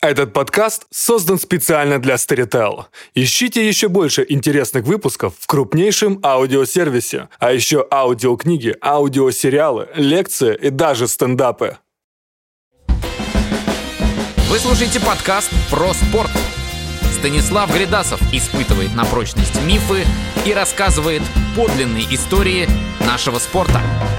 Этот подкаст создан специально для Storytel. Ищите еще больше интересных выпусков в крупнейшем аудиосервисе, а еще аудиокниги, аудиосериалы, лекции и даже стендапы. Вы слушаете подкаст про спорт. Станислав Гридасов испытывает на прочность мифы и рассказывает подлинные истории нашего спорта.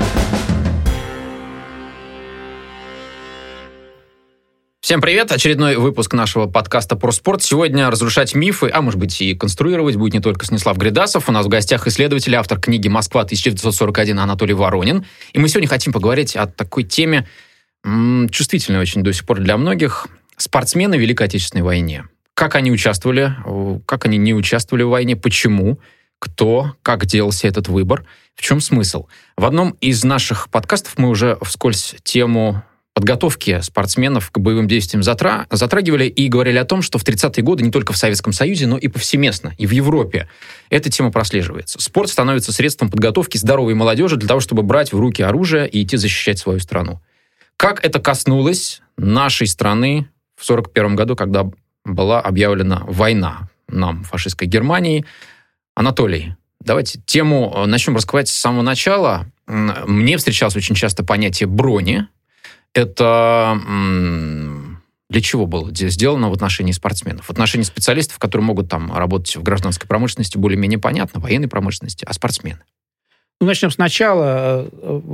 Всем привет! Очередной выпуск нашего подкаста про спорт. Сегодня разрушать мифы, а может быть и конструировать будет не только Станислав Гридасов. У нас в гостях исследователь, автор книги «Москва-1941» Анатолий Воронин. И мы сегодня хотим поговорить о такой теме, чувствительной очень до сих пор для многих. Спортсмены в Великой Отечественной войне. Как они участвовали, как они не участвовали в войне, почему, кто, как делался этот выбор, в чем смысл. В одном из наших подкастов мы уже вскользь тему подготовки спортсменов к боевым действиям затрагивали и говорили о том, что в 30-е годы не только в Советском Союзе, но и повсеместно, и в Европе эта тема прослеживается. Спорт становится средством подготовки здоровой молодежи для того, чтобы брать в руки оружие и идти защищать свою страну. Как это коснулось нашей страны в 1941 году, когда была объявлена война нам, фашистской Германии? Анатолий, давайте тему начнем раскрывать с самого начала. Мне встречалось очень часто понятие брони. Это для чего было сделано в отношении спортсменов? В отношении специалистов, которые могут там работать в гражданской промышленности, более-менее понятно, военной промышленности, а спортсмены? Начнем сначала.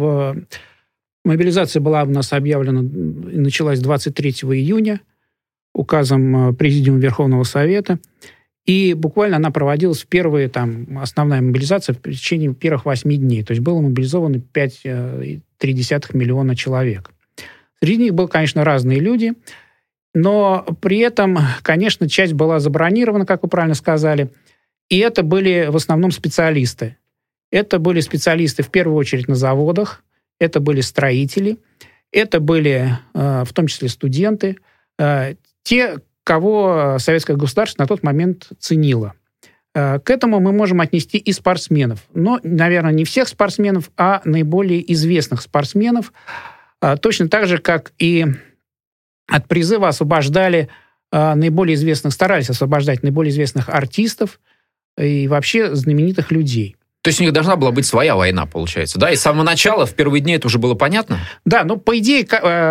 Мобилизация была у нас объявлена, началась 23 июня указом Президиума Верховного Совета. И буквально она проводилась в первые, основная мобилизация в течение первых 8 дней. То есть было мобилизовано 5,3 миллиона человек. Среди них были, конечно, разные люди, но при этом, конечно, часть была забронирована, как вы правильно сказали, и это были в основном специалисты. Это были специалисты в первую очередь на заводах, это были строители, это были в том числе студенты, те, кого советское государство на тот момент ценило. К этому мы можем отнести и спортсменов, но, наверное, не всех спортсменов, а наиболее известных спортсменов. Точно так же, как и от призыва освобождали наиболее известных, старались освобождать наиболее известных артистов и вообще знаменитых людей. То есть у них должна была быть своя война, получается, да? И с самого начала, в первые дни это уже было понятно? Да, по идее,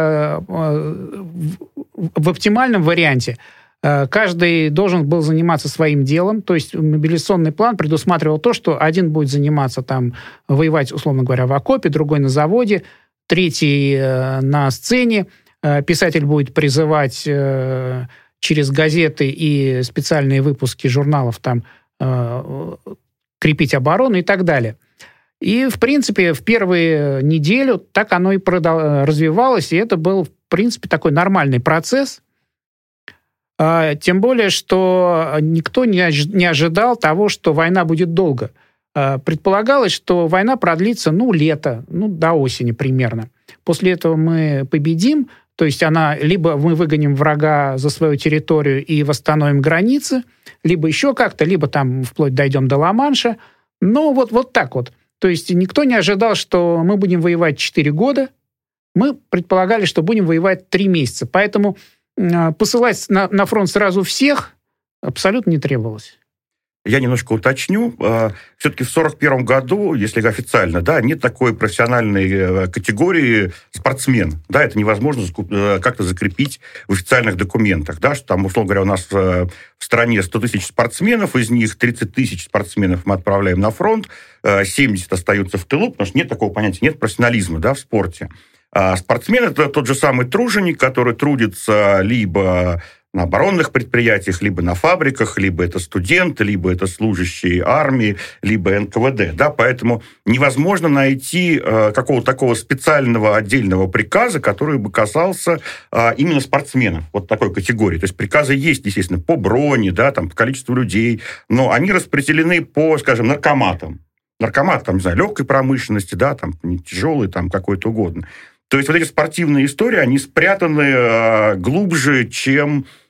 в оптимальном варианте каждый должен был заниматься своим делом, то есть мобилизационный план предусматривал то, что один будет заниматься воевать, условно говоря, в окопе, другой на заводе, третий на сцене, писатель будет призывать через газеты и специальные выпуски журналов крепить оборону и так далее. И, в принципе, в первую неделю так оно и развивалось, и это был, в принципе, такой нормальный процесс. Тем более, что никто не ожидал того, что война будет долго. Предполагалось, что война продлится, лето, до осени примерно. После этого мы победим, то есть либо мы выгоним врага за свою территорию и восстановим границы, либо еще как-то, либо вплоть дойдем до Ла-Манша. Но вот так вот. То есть никто не ожидал, что мы будем воевать 4 года. Мы предполагали, что будем воевать 3 месяца. Поэтому посылать на фронт сразу всех абсолютно не требовалось. Я немножко уточню. Все-таки в 1941 году, если официально, нет такой профессиональной категории спортсмен. Это невозможно как-то закрепить в официальных документах. Что условно говоря, у нас в стране 100 тысяч спортсменов, из них 30 тысяч спортсменов мы отправляем на фронт, 70 остаются в тылу, потому что нет такого понятия, нет профессионализма в спорте. А спортсмен – это тот же самый труженик, который трудится либо на оборонных предприятиях, либо на фабриках, либо это студенты, либо это служащие армии, либо НКВД. Поэтому невозможно найти какого-то такого специального отдельного приказа, который бы касался именно спортсменов, такой категории. То есть приказы есть, естественно, по броне, по количеству людей, но они распределены по, скажем, наркоматам. Наркомат, легкой промышленности, тяжелый, какой-то угодно. То есть эти спортивные истории, они спрятаны глубже, чем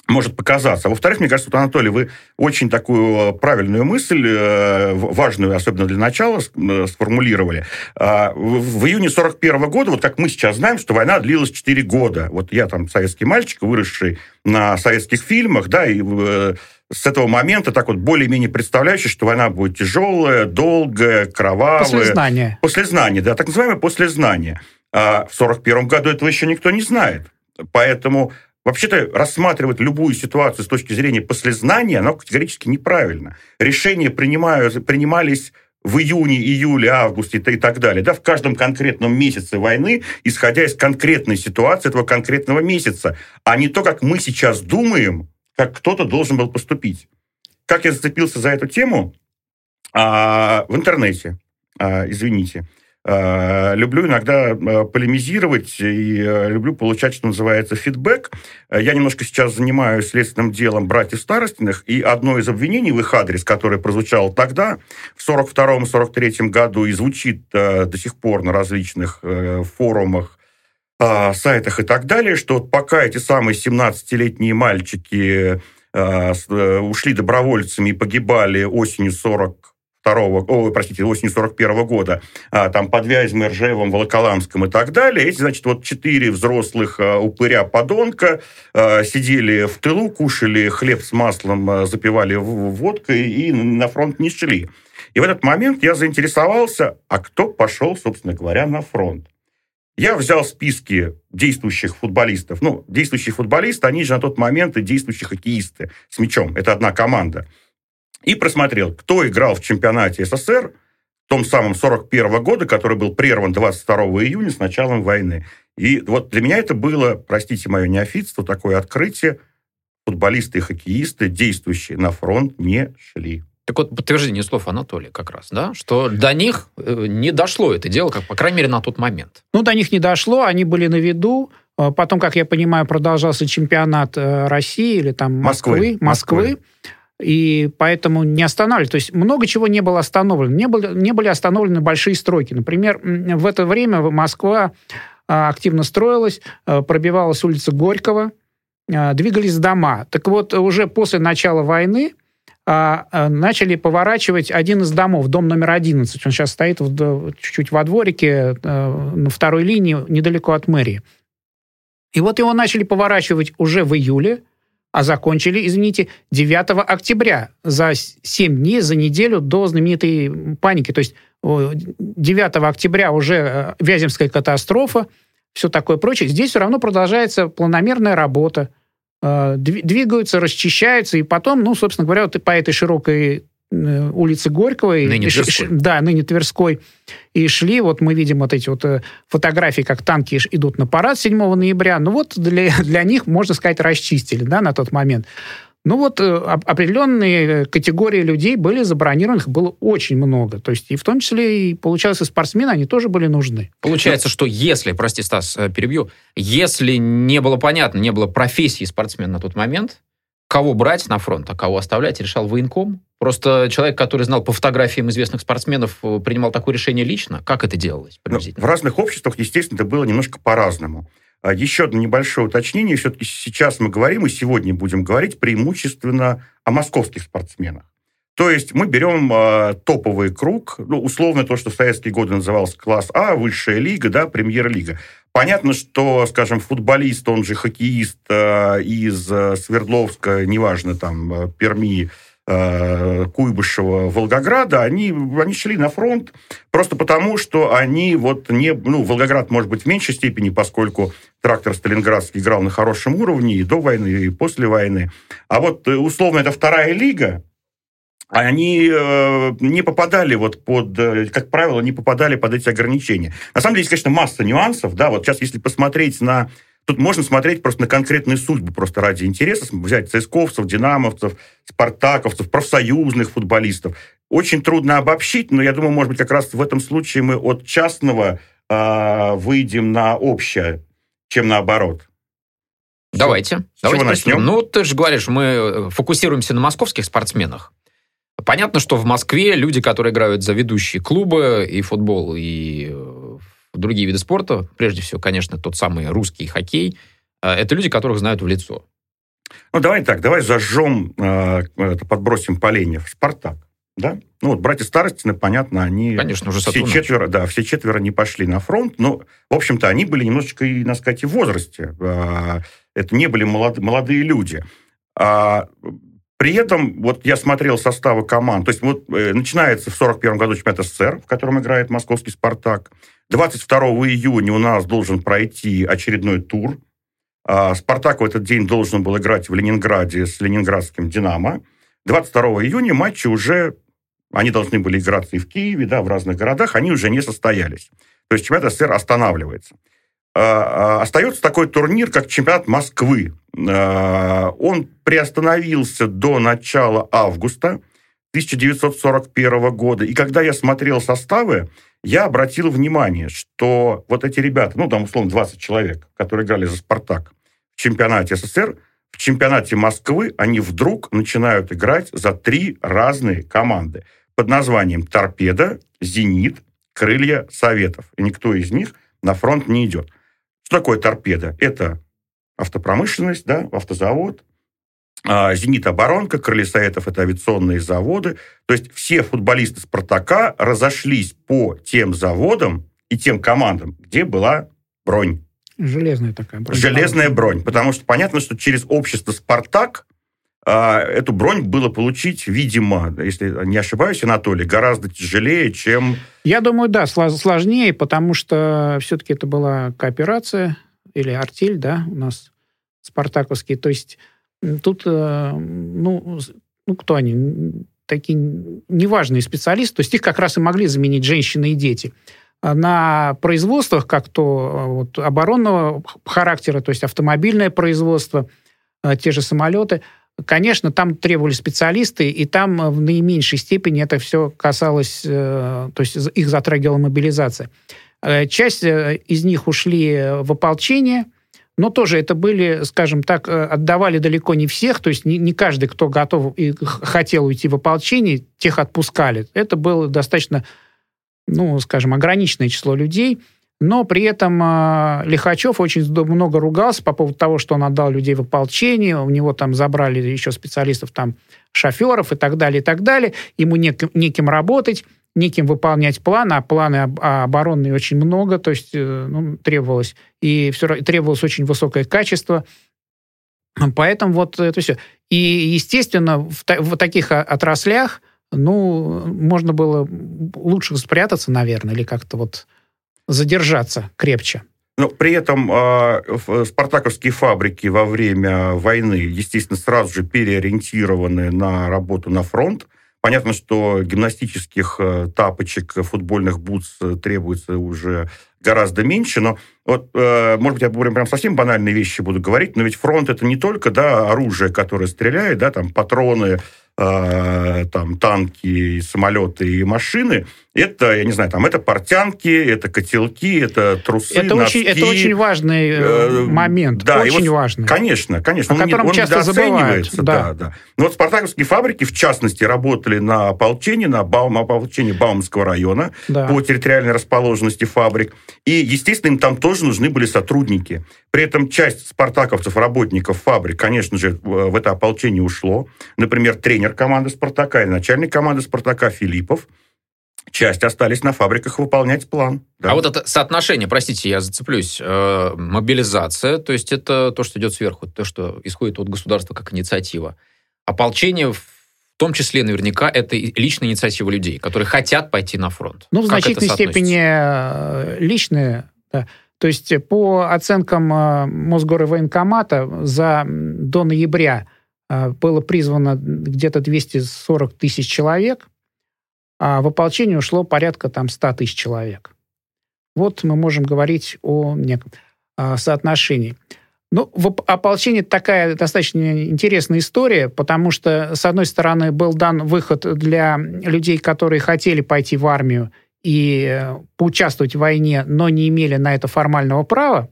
может показаться. А во-вторых, мне кажется, Анатолий, вы очень такую правильную мысль, важную, особенно для начала, сформулировали. В июне 1941 года, вот как мы сейчас знаем, что война длилась 4 года. Вот я там советский мальчик, выросший на советских фильмах, да, и с этого момента так вот более-менее представляющий, что война будет тяжелая, долгая, кровавая. Послезнание, да, так называемое послезнание. А в 1941 году этого еще никто не знает. Поэтому вообще-то рассматривать любую ситуацию с точки зрения послезнания, оно категорически неправильно. Решения принимались в июне, июле, августе и так далее, да, в каждом конкретном месяце войны, исходя из конкретной ситуации этого конкретного месяца, а не то, как мы сейчас думаем, как кто-то должен был поступить. Как я зацепился за эту тему? В интернете, извините. Люблю иногда полемизировать и люблю получать, что называется, фидбэк. Я немножко сейчас занимаюсь следственным делом братьев Старостиных, и одно из обвинений в их адрес, которое прозвучало тогда, в 1942-1943 году, и звучит до сих пор на различных форумах, сайтах и так далее, что пока эти самые 17-летние мальчики ушли добровольцами и погибали осенью 1941 года, там под Вязьмой, Ржевом, Волоколамском и так далее. Эти, значит, вот 4 взрослых упыря-подонка сидели в тылу, кушали хлеб с маслом, запивали водкой и на фронт не шли. И в этот момент я заинтересовался, а кто пошел, собственно говоря, на фронт. Я взял списки действующих футболистов. Ну, действующие футболисты, они же на тот момент и действующие хоккеисты с мячом. Это одна команда. И просмотрел, кто играл в чемпионате СССР в том самом 1941 года, который был прерван 22 июня с началом войны. И вот для меня это было, простите мое неофитство, такое открытие. Футболисты и хоккеисты, действующие на фронт, не шли. Так вот, подтверждение слов Анатолия как раз, да, что до них не дошло это дело, как, по крайней мере, на тот момент. Ну, до них не дошло, они были на виду. Потом, как я понимаю, продолжался чемпионат России или там Москвы. И поэтому не останавливали. То есть много чего не было остановлено. Не были остановлены большие стройки. Например, в это время Москва активно строилась, пробивалась улица Горького, двигались дома. Так вот, уже после начала войны начали поворачивать один из домов, дом номер 11. Он сейчас стоит чуть-чуть во дворике, на второй линии, недалеко от мэрии. И вот его начали поворачивать уже в июле, а закончили, 9 октября, за 7 дней, за неделю до знаменитой паники. То есть 9 октября уже Вяземская катастрофа, все такое прочее. Здесь все равно продолжается планомерная работа. Двигаются, расчищаются, и потом, ну, собственно говоря, вот по этой широкой улице Горького, ныне Тверской. Да, ныне Тверской, и шли, вот мы видим вот эти вот фотографии, как танки идут на парад 7 ноября, ну вот для них, можно сказать, расчистили, да, на тот момент. Ну вот определенные категории людей были забронированы, их было очень много. То есть и в том числе, и, получалось, и спортсмены, они тоже были нужны. Получается, что если, прости, Стас, перебью, если не было понятно, не было профессии спортсмена на тот момент, кого брать на фронт, а кого оставлять, решал военком? Просто человек, который знал по фотографиям известных спортсменов, принимал такое решение лично? Как это делалось? В разных обществах, естественно, это было немножко по-разному. Еще одно небольшое уточнение. Все-таки сейчас мы говорим, и сегодня будем говорить преимущественно о московских спортсменах. То есть мы берем топовый круг, ну, условно то, что в советские годы называлось класс А, высшая лига, да, премьер-лига. Понятно, что, скажем, футболист, он же хоккеист из Свердловска, неважно, там, Перми, Куйбышева, Волгограда, они шли на фронт просто потому, что они вот не... Ну, Волгоград, может быть, в меньшей степени, поскольку трактор Сталинградский играл на хорошем уровне и до войны, и после войны. А вот, условно, это вторая лига, они не попадали вот под... Как правило, не попадали под эти ограничения. На самом деле, есть, конечно, масса нюансов, да, вот сейчас, если посмотреть на... Тут можно смотреть просто на конкретные судьбы, просто ради интереса, взять цсковцев, динамовцев, спартаковцев, профсоюзных футболистов. Очень трудно обобщить, но я думаю, может быть, как раз в этом случае мы от частного выйдем на общее, чем наоборот. Давайте начнем. Ну, ты же говоришь, мы фокусируемся на московских спортсменах. Понятно, что в Москве люди, которые играют за ведущие клубы, и футбол, и другие виды спорта, прежде всего, конечно, тот самый русский хоккей, это люди, которых знают в лицо. Ну, давай зажжем, подбросим поленьев. «Спартак». Да? Ну, вот братья Старостины, понятно, они... Конечно, уже все четверо не пошли на фронт, но, в общем-то, они были немножечко, надо сказать, и в возрасте. Это не были молодые люди. При этом, вот я смотрел составы команд, то есть вот начинается в 1941 году чемпионат СССР, в котором играет московский «Спартак». 22 июня у нас должен пройти очередной тур. «Спартак» в этот день должен был играть в Ленинграде с ленинградским «Динамо». 22 июня матчи уже... Они должны были играться и в Киеве, да, в разных городах, они уже не состоялись. То есть чемпионат СССР останавливается. Остается такой турнир, как чемпионат Москвы. Он приостановился до начала августа 1941 года. И когда я смотрел составы, я обратил внимание, что вот эти ребята, ну, там, условно, 20 человек, которые играли за «Спартак» в чемпионате СССР, в чемпионате Москвы они вдруг начинают играть за 3 разные команды под названием «Торпедо», «Зенит», «Крылья Советов». И никто из них на фронт не идет. Что такое «Торпедо»? Это автопромышленность, да, автозавод. «Зенит» — оборонка, «Крылья Советов» — это авиационные заводы. То есть все футболисты «Спартака» разошлись по тем заводам и тем командам, где была бронь. Железная такая бронь. Железная бронь. Потому что понятно, что через общество «Спартак» эту бронь было получить, видимо, если не ошибаюсь, Анатолий, гораздо тяжелее, чем... Я думаю, да, сложнее, потому что все-таки это была кооперация или артель, да, у нас спартаковские. То есть тут, ну, кто они? Такие неважные специалисты. То есть их как раз и могли заменить женщины и дети. На производствах, как то вот, оборонного характера, то есть автомобильное производство, те же самолеты, конечно, там требовались специалисты, и там в наименьшей степени это все касалось, то есть их затрагивала мобилизация. Часть из них ушли в ополчение, но тоже это были, скажем так, отдавали далеко не всех, то есть не каждый, кто готов и хотел уйти в ополчение, тех отпускали. Это было достаточно, ну, скажем, ограниченное число людей, но при этом Лихачев очень много ругался по поводу того, что он отдал людей в ополчение, у него там забрали еще специалистов, там, шоферов и так далее, и так далее. Ему неким работать, неким выполнять планы, а планы оборонные очень много, то есть требовалось. И требовалось очень высокое качество. Поэтому вот это все. И, естественно, в таких отраслях, ну, можно было лучше спрятаться, наверное, или как-то вот задержаться крепче. Но при этом спартаковские фабрики во время войны, естественно, сразу же переориентированы на работу на фронт. Понятно, что гимнастических тапочек, футбольных бутс требуется уже гораздо меньше, но вот, может быть, я прям совсем банальные вещи буду говорить, но ведь фронт — это не только, да, оружие, которое стреляет, да, там патроны, там танки, самолеты и машины. Это, я не знаю, там это портянки, это котелки, это трусы, носки. Это очень важный момент, да, очень важный. Конечно. О котором часто забывают. Да. Но вот спартаковские фабрики, в частности, работали на ополчении, на ополчении Бауманского района, да, по территориальной расположенности фабрик. И, естественно, им там тоже нужны были сотрудники. При этом часть спартаковцев, работников фабрик, конечно же, в это ополчение ушло. Например, тренер команды «Спартака» и начальник команды «Спартака» Филиппов. Часть остались на фабриках выполнять план. Да. А вот это соотношение, простите, я зацеплюсь, мобилизация, то есть это то, что идет сверху, то, что исходит от государства как инициатива. Ополчение, в том числе, наверняка, это личная инициатива людей, которые хотят пойти на фронт. Ну, в значительной степени личные, да. То есть по оценкам Мосгорвоенкомата до ноября было призвано где-то 240 тысяч человек, а в ополчение ушло порядка 100 тысяч человек. Вот мы можем говорить о неком соотношении. Ну, в ополчении такая достаточно интересная история, потому что, с одной стороны, был дан выход для людей, которые хотели пойти в армию и поучаствовать в войне, но не имели на это формального права.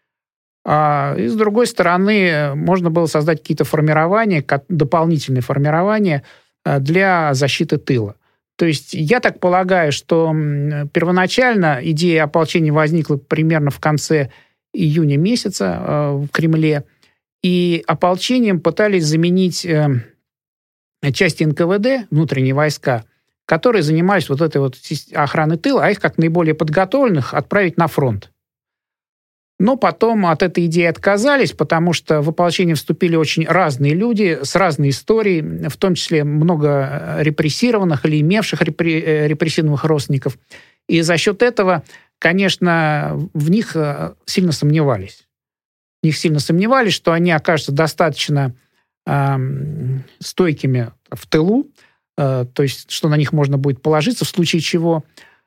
И, с другой стороны, можно было создать какие-то формирования, дополнительные формирования для защиты тыла. То есть я так полагаю, что первоначально идея ополчения возникла примерно в конце июня месяца в Кремле, и ополчением пытались заменить части НКВД, внутренние войска, которые занимались вот этой вот охраной тыла, а их, как наиболее подготовленных, отправить на фронт. Но потом от этой идеи отказались, потому что в ополчение вступили очень разные люди с разной историей, в том числе много репрессированных или имевших репрессированных родственников. И за счет этого, конечно, в них сильно сомневались. В них сильно сомневались, что они окажутся достаточно стойкими в тылу, то есть что на них можно будет положиться в случае чего.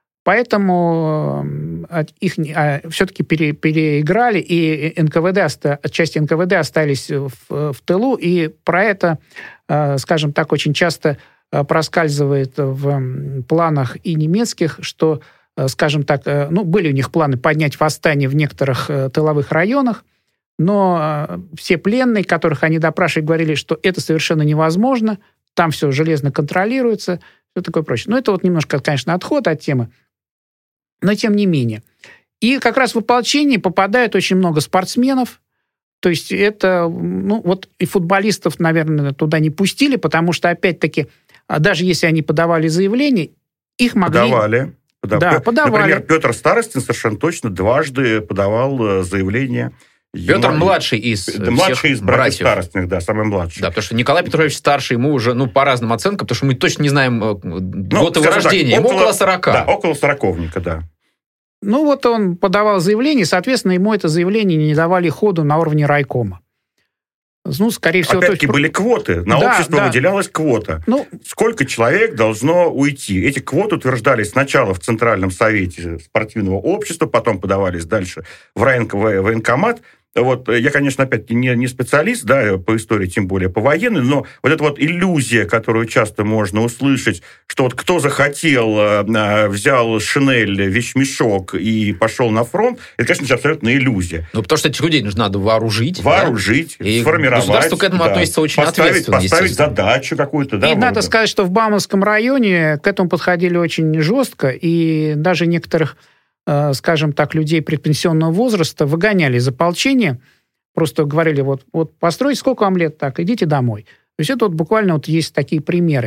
Поэтому их все-таки переиграли, и части НКВД остались в тылу, и про это, скажем так, очень часто проскальзывает в планах и немецких, что, скажем так, были у них планы поднять восстание в некоторых тыловых районах, но все пленные, которых они допрашивали, говорили, что это совершенно невозможно, там все железно контролируется, все такое прочее. Но это вот немножко, конечно, отход от темы, но тем не менее. И как раз в ополчение попадает очень много спортсменов, то есть это, вот и футболистов, наверное, туда не пустили, потому что, опять-таки, даже если они подавали заявление, их могли... Подавали. Да, подавали. Например, Петр Старостин совершенно точно дважды подавал заявление. Петр младший из братьев Старостиных, да, самый младший. Да, потому что Николай Петрович старший, ему уже, по разным оценкам, потому что мы точно не знаем год его рождения, ему около 40. Да, около 40-ника, да. Вот он подавал заявление, соответственно, ему это заявление не давали ходу на уровне райкома. Скорее всего... Опять-таки были квоты. На общество выделялась квота. Сколько человек должно уйти? Эти квоты утверждались сначала в Центральном совете спортивного общества, потом подавались дальше в военкомат. Я, конечно, опять не специалист, да, по истории, тем более по военной, но вот эта вот иллюзия, которую часто можно услышать, что вот кто захотел, взял шинель, вещмешок и пошел на фронт, это, конечно, абсолютно иллюзия. Потому что этих людей надо вооружить. Вооружить, да? Сформировать. Государство к этому относится очень ответственно. Поставить задачу какую-то. Да, и надо сказать, что в Бауманском районе к этому подходили очень жестко, и даже некоторых, скажем так, людей предпенсионного возраста выгоняли из ополчения, просто говорили, вот постройте, сколько вам лет, так, идите домой. То есть это буквально есть такие примеры.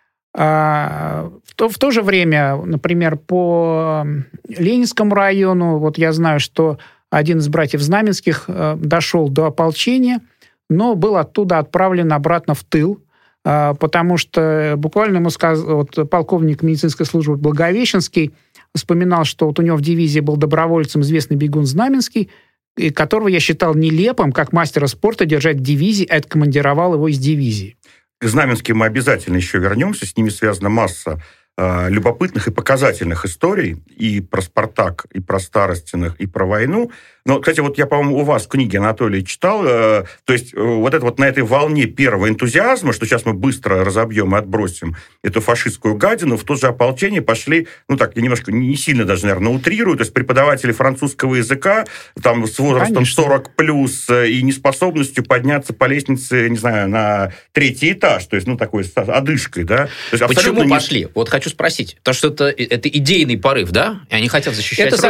В то же время, например, по Ленинскому району, я знаю, что один из братьев Знаменских дошел до ополчения, но был оттуда отправлен обратно в тыл, потому что буквально ему сказал, полковник медицинской службы Благовещенский вспоминал, что у него в дивизии был добровольцем известный бегун Знаменский, которого я считал нелепым, как мастера спорта держать в дивизии, а откомандировал его из дивизии. К Знаменским мы обязательно еще вернемся, с ними связана масса любопытных и показательных историй и про «Спартак», и про Старостиных, и про войну. Но, кстати, я, по-моему, у вас в книге, Анатолий, читал, то есть на этой волне первого энтузиазма, что сейчас мы быстро разобьем и отбросим эту фашистскую гадину, в то же ополчение пошли, я немножко, не сильно даже, наверное, утрирую, то есть преподаватели французского языка, там, с возрастом 40+, и неспособностью подняться по лестнице, не знаю, на 3-й этаж, то есть, такой с одышкой, да. То есть, почему пошли? Хочу спросить. Потому что это идейный порыв, да? И они хотят защищать Родину?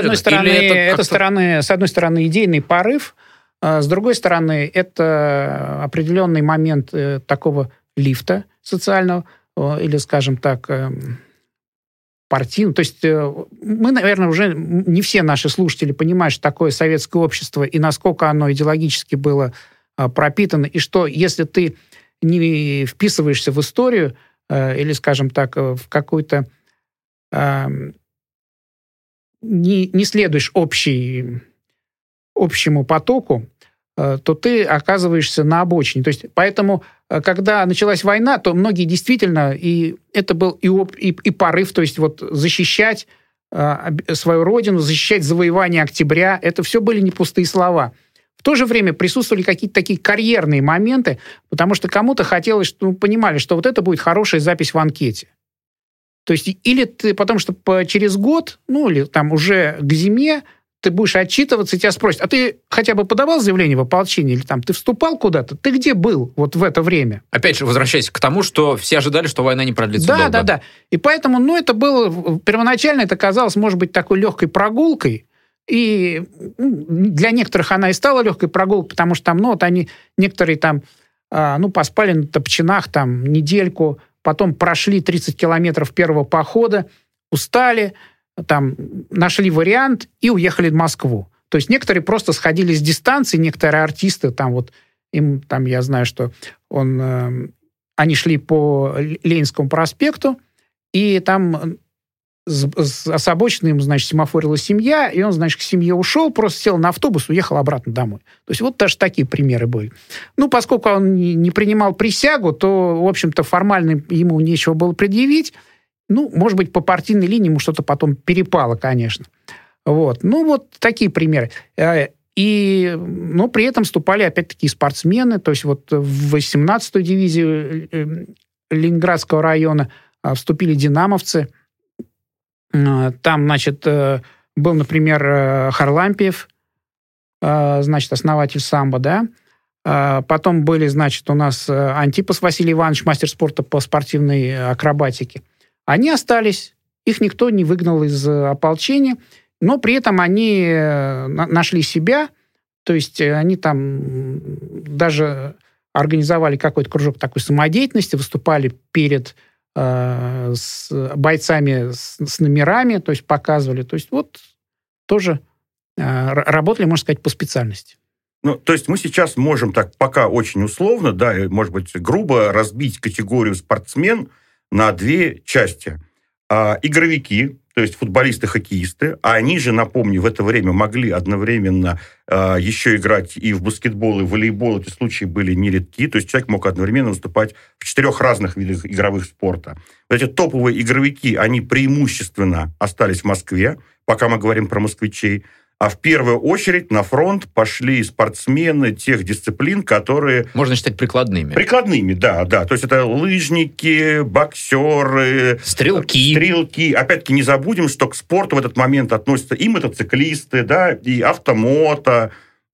С одной стороны, идейный порыв, с другой стороны, это определенный момент такого лифта социального, или, скажем так, партийного. То есть мы, наверное, уже не все наши слушатели понимают, что такое советское общество и насколько оно идеологически было пропитано, и что если ты не вписываешься в историю, или, скажем так, в какую-то... не следуешь общему потоку, то ты оказываешься на обочине. То есть, поэтому, когда началась война, то многие действительно, и это был и порыв, то есть защищать свою родину, защищать завоевание октября, это все были не пустые слова. В то же время присутствовали какие-то такие карьерные моменты, потому что кому-то хотелось, понимали, что это будет хорошая запись в анкете. То есть, или ты, потому что через год, или там уже к зиме, ты будешь отчитываться, и тебя спросят, а ты хотя бы подавал заявление в ополчение, или там ты вступал куда-то? Ты где был в это время? Опять же, возвращаясь к тому, что все ожидали, что война не продлится долго. Да. И поэтому, это было, первоначально это казалось, может быть, такой легкой прогулкой, И для некоторых она и стала легкой прогулкой, потому что там, они некоторые там, поспали на топчинах там недельку, потом прошли 30 километров первого похода, устали, там нашли вариант и уехали в Москву. То есть некоторые просто сходили с дистанции, некоторые артисты, я знаю, что они шли по Ленинскому проспекту, и там с обочины им, семафорила семья, и он, к семье ушел, просто сел на автобус, уехал обратно домой. То есть вот даже такие примеры были. Поскольку он не принимал присягу, то, в общем-то, формально ему нечего было предъявить. Может быть, по партийной линии ему что-то потом перепало, конечно. Вот. Такие примеры. И, при этом вступали, опять-таки, спортсмены. То есть вот в 18-ю дивизию Ленинградского района вступили динамовцы. Там, был, например, Харлампиев, основатель самбо, да. Потом были, у нас Антипас Василий Иванович, мастер спорта по спортивной акробатике. Они остались, их никто не выгнал из ополчения, но при этом они нашли себя, то есть они там даже организовали какой-то кружок такой самодеятельности, выступали перед с бойцами с номерами, то есть показывали. То есть тоже работали, можно сказать, по специальности. То есть мы сейчас можем так пока очень условно, да, может быть, грубо разбить категорию спортсмен на две части. Игровики, то есть футболисты-хоккеисты, а они же, напомню, в это время могли одновременно еще играть и в баскетбол, и в волейбол. Эти случаи были нередки, то есть человек мог одновременно выступать в 4 разных видах игровых спорта. Вот эти топовые игровики, они преимущественно остались в Москве, пока мы говорим про москвичей. А в первую очередь на фронт пошли спортсмены тех дисциплин, которые... Можно считать прикладными. Прикладными, да. То есть это лыжники, боксеры... Стрелки. Опять-таки не забудем, что к спорту в этот момент относятся и мотоциклисты, да, и автомото,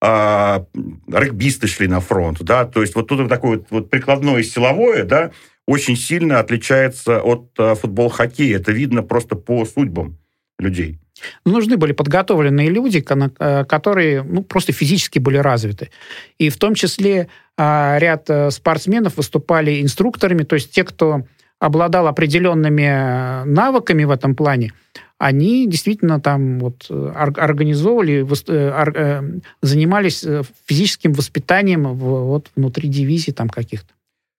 регбисты шли на фронт, да. То есть вот тут такое вот прикладное и силовое, да, очень сильно отличается от футбол-хоккея. Это видно просто по судьбам людей. Нужны были подготовленные люди, которые просто физически были развиты. И в том числе ряд спортсменов выступали инструкторами, то есть те, кто обладал определенными навыками в этом плане, они действительно там организовывали, занимались физическим воспитанием внутри дивизий там каких-то.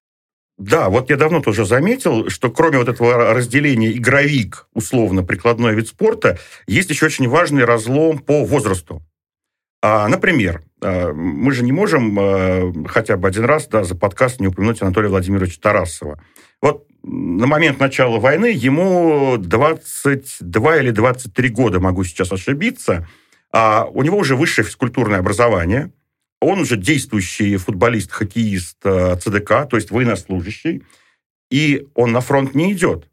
Да, я давно тоже заметил, что кроме этого разделения игровик, условно, прикладной вид спорта, есть еще очень важный разлом по возрасту. Например, мы же не можем хотя бы один раз за подкаст не упомянуть Анатолия Владимировича Тарасова. На момент начала войны ему 22 или 23 года, могу сейчас ошибиться, у него уже высшее физкультурное образование. Он уже действующий футболист, хоккеист ЦДК, то есть военнослужащий, и он на фронт не идет.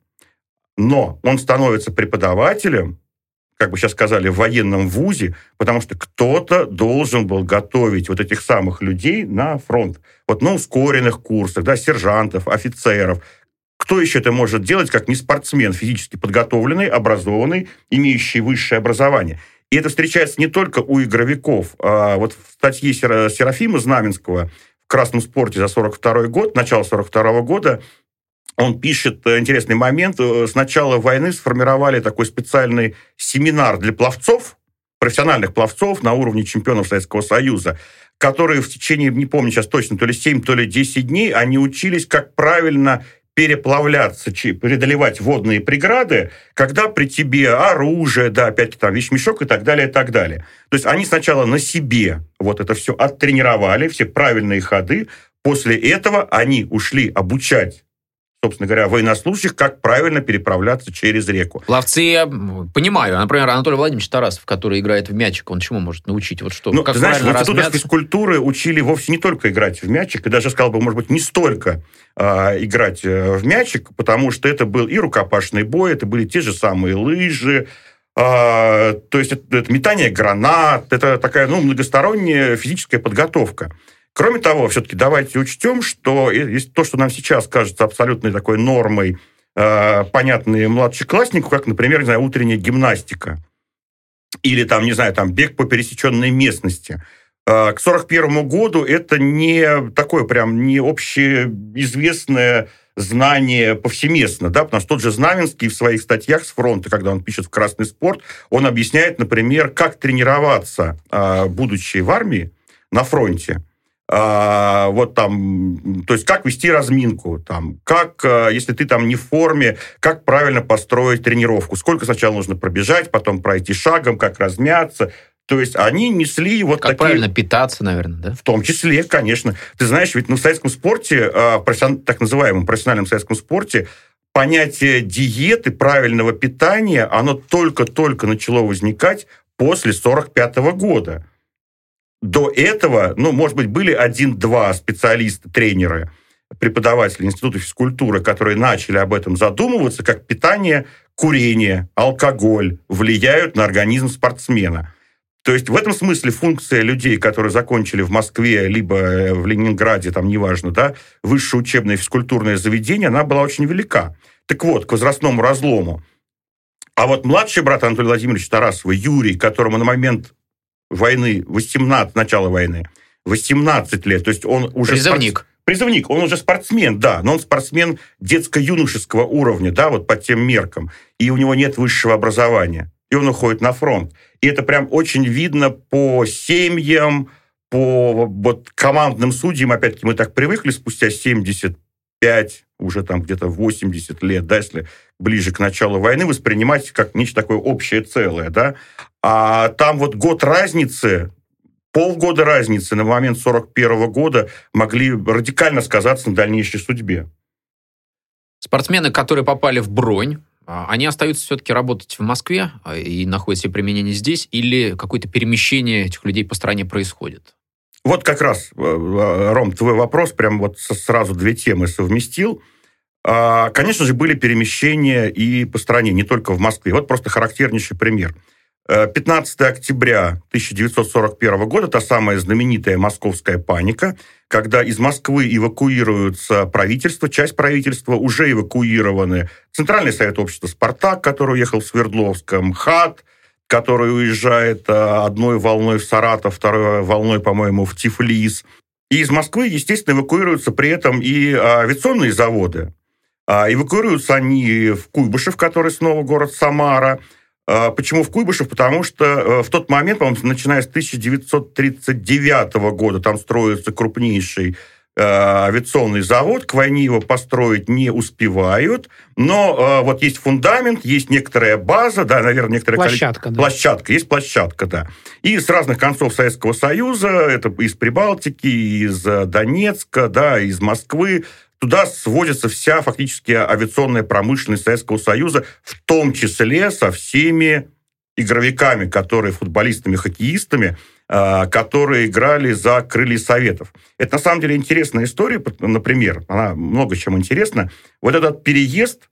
Но он становится преподавателем, как бы сейчас сказали, в военном вузе, потому что кто-то должен был готовить этих самых людей на фронт. На ускоренных курсах, да, сержантов, офицеров. Кто еще это может делать, как не спортсмен, физически подготовленный, образованный, имеющий высшее образование? И это встречается не только у игровиков. В статье Серафима Знаменского в «Красном спорте» за 42 год, начало 42 года, он пишет интересный момент. С начала войны сформировали такой специальный семинар для пловцов, профессиональных пловцов на уровне чемпионов Советского Союза, которые в течение, не помню сейчас точно, то ли 7, то ли 10 дней, они учились, как правильно переплавляться, преодолевать водные преграды, когда при тебе оружие, да, опять-таки там вещмешок и так далее, и так далее. То есть они сначала на себе это все оттренировали, все правильные ходы. После этого они ушли обучать, собственно говоря, военнослужащих, как правильно переправляться через реку. Пловцы, я понимаю. Например, Анатолий Владимирович Тарасов, который играет в мячик, он чему может научить? Что? Как ты знаешь, в институтах физкультуры учили вовсе не только играть в мячик, и даже, сказал бы, может быть, не столько играть в мячик, потому что это был и рукопашный бой, это были те же самые лыжи, то есть это метание гранат, это такая многосторонняя физическая подготовка. Кроме того, все-таки давайте учтем, что то, что нам сейчас кажется абсолютной такой нормой, понятной младшекласснику, как, например, утренняя гимнастика. или там, не знаю, там бег по пересеченной местности. К 1941 году это не такое прям не общеизвестное знание повсеместно, да, потому что тот же Знаменский в своих статьях с фронта, когда он пишет в «Красный спорт», он объясняет, например, как тренироваться, будучи в армии, на фронте. Вот там, то есть как вести разминку, там, как, если ты там не в форме, как правильно построить тренировку, сколько сначала нужно пробежать, потом пройти шагом, как размяться. То есть они несли вот как такие... правильно питаться, наверное, да? В том числе, конечно. Ты знаешь, ведь в советском спорте, так называемом профессиональном советском спорте, понятие диеты, правильного питания, оно только-только начало возникать после 1945 года. До этого, может быть, были 1-2 специалиста, тренеры, преподаватели Института физкультуры, которые начали об этом задумываться, как питание, курение, алкоголь влияют на организм спортсмена. То есть в этом смысле функция людей, которые закончили в Москве либо в Ленинграде, там неважно, да, высшее учебное физкультурное заведение, она была очень велика. Так вот, к возрастному разлому. А вот младший брат Анатолия Владимировича Тарасова, Юрий, которому на момент войны, начала войны, 18 лет, то есть он уже... Призывник, он уже спортсмен, да, но он спортсмен детско-юношеского уровня, да, вот по тем меркам, и у него нет высшего образования, и он уходит на фронт. И это прям очень видно по семьям, по вот командным судьям, опять-таки мы так привыкли спустя 75, уже там где-то 80 лет, да, если ближе к началу войны, воспринимать как нечто такое общее целое, да. А там вот год разницы, полгода разницы на момент 1941 года могли радикально сказаться на дальнейшей судьбе. Спортсмены, которые попали в бронь, они остаются все-таки работать в Москве и находят себе применение здесь, или какое-то перемещение этих людей по стране происходит? Вот как раз, Ром, твой вопрос, прям вот сразу две темы совместил. Конечно же, были перемещения и по стране, не только в Москве. Вот просто характернейший пример. 15 октября 1941 года, та самая знаменитая московская паника, когда из Москвы эвакуируется правительство, часть правительства уже эвакуированы. Центральный совет общества «Спартак», который уехал в Свердловск, МХАТ, который уезжает одной волной в Саратов, второй волной, по-моему, в Тифлис. И из Москвы, естественно, эвакуируются при этом и авиационные заводы. Эвакуируются они в Куйбышев, который снова город Самара. Почему в Куйбышев? Потому что в тот момент, по-моему, начиная с 1939 года, там строится крупнейший авиационный завод, к войне его построить не успевают, но вот есть фундамент, есть некоторая база, да, наверное, некоторая... Площадка, да. Есть площадка, да. И с разных концов Советского Союза, это из Прибалтики, из Донецка, да, из Москвы, туда сводится вся фактически авиационная промышленность Советского Союза, в том числе со всеми игровиками, которые футболистами, хоккеистами, которые играли за крылья Советов. Это на самом деле интересная история, например, она много чем интересна. Вот этот переезд,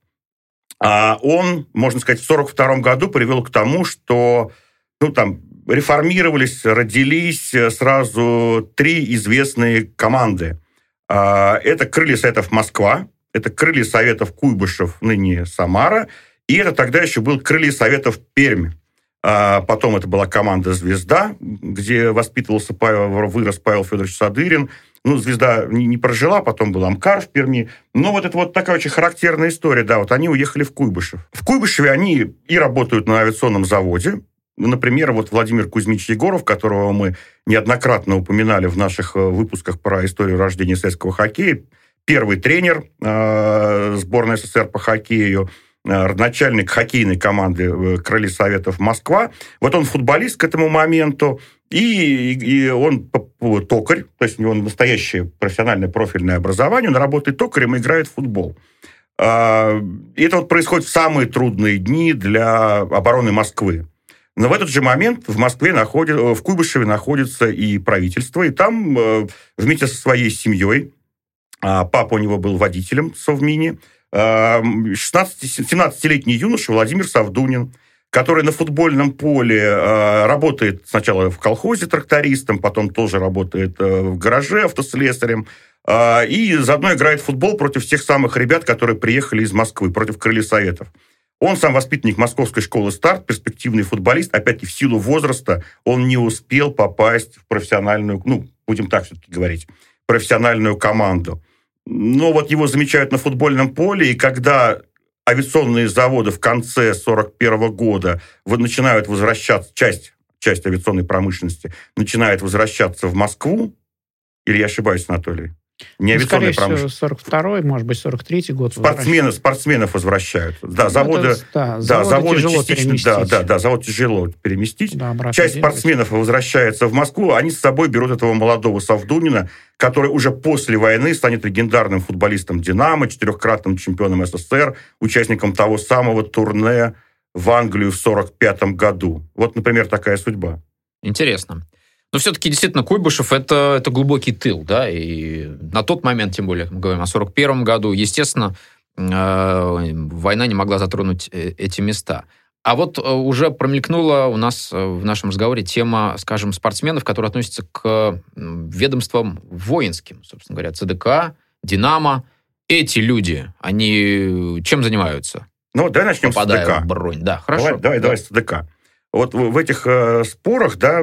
он, можно сказать, в 1942 году привел к тому, что там реформировались, родились сразу 3 известные команды. Это «Крылья Советов Москва», это «Крылья Советов Куйбышев», ныне Самара, и это тогда еще был «Крылья Советов Пермь». Потом это была команда «Звезда», где воспитывался вырос Павел Федорович Садырин. «Звезда» не прожила, потом был «Амкар» в Перми. Но вот это вот такая очень характерная история. Да, вот они уехали в Куйбышев. В Куйбышеве они и работают на авиационном заводе. Например, вот Владимир Кузьмич Егоров, которого мы неоднократно упоминали в наших выпусках про историю рождения советского хоккея, первый тренер сборной СССР по хоккею, начальник хоккейной команды «Крылья Советов Москва». Вот он футболист к этому моменту, и он токарь, то есть у него настоящее профессиональное профильное образование, он работает токарем и играет в футбол. И это вот происходит в самые трудные дни для обороны Москвы. Но в этот же момент в Москве в Куйбышеве находится и правительство, и там вместе со своей семьей, папа у него был водителем в Совмине, 17-летний юноша Владимир Савдунин, который на футбольном поле работает сначала в колхозе трактористом, потом тоже работает в гараже автослесарем, и заодно играет в футбол против тех самых ребят, которые приехали из Москвы, против Крыльев Советов. Он сам воспитанник Московской школы «Старт», перспективный футболист. Опять-таки, в силу возраста он не успел попасть в профессиональную, будем так все-таки говорить, профессиональную команду. Но вот его замечают на футбольном поле, и когда авиационные заводы в конце 1941 года начинают возвращаться, часть авиационной промышленности начинает возвращаться в Москву, или я ошибаюсь, Анатолий? Не авиационная промышленность. Скорее всего, 42-й, может быть, 43-й год. Спортсменов возвращают. Да, заводы тяжело частично, переместить. завод тяжело переместить. Да, часть спортсменов возвращается в Москву, они с собой берут этого молодого Савдунина, который уже после войны станет легендарным футболистом «Динамо», 4-кратным чемпионом СССР, участником того самого турне в Англию в 1945 году. Вот, например, такая судьба. Интересно. Но все-таки действительно Куйбышев это глубокий тыл, да, и на тот момент, тем более, мы говорим о 1941 году, естественно, война не могла затронуть эти места. А вот уже промелькнула у нас в нашем разговоре тема, скажем, спортсменов, которые относятся к ведомствам воинским, собственно говоря, ЦДК, «Динамо». Эти люди, они чем занимаются? Давай начнем с ЦДК. В бронь, да, хорошо. Давай с ЦДК. Вот в этих спорах, да,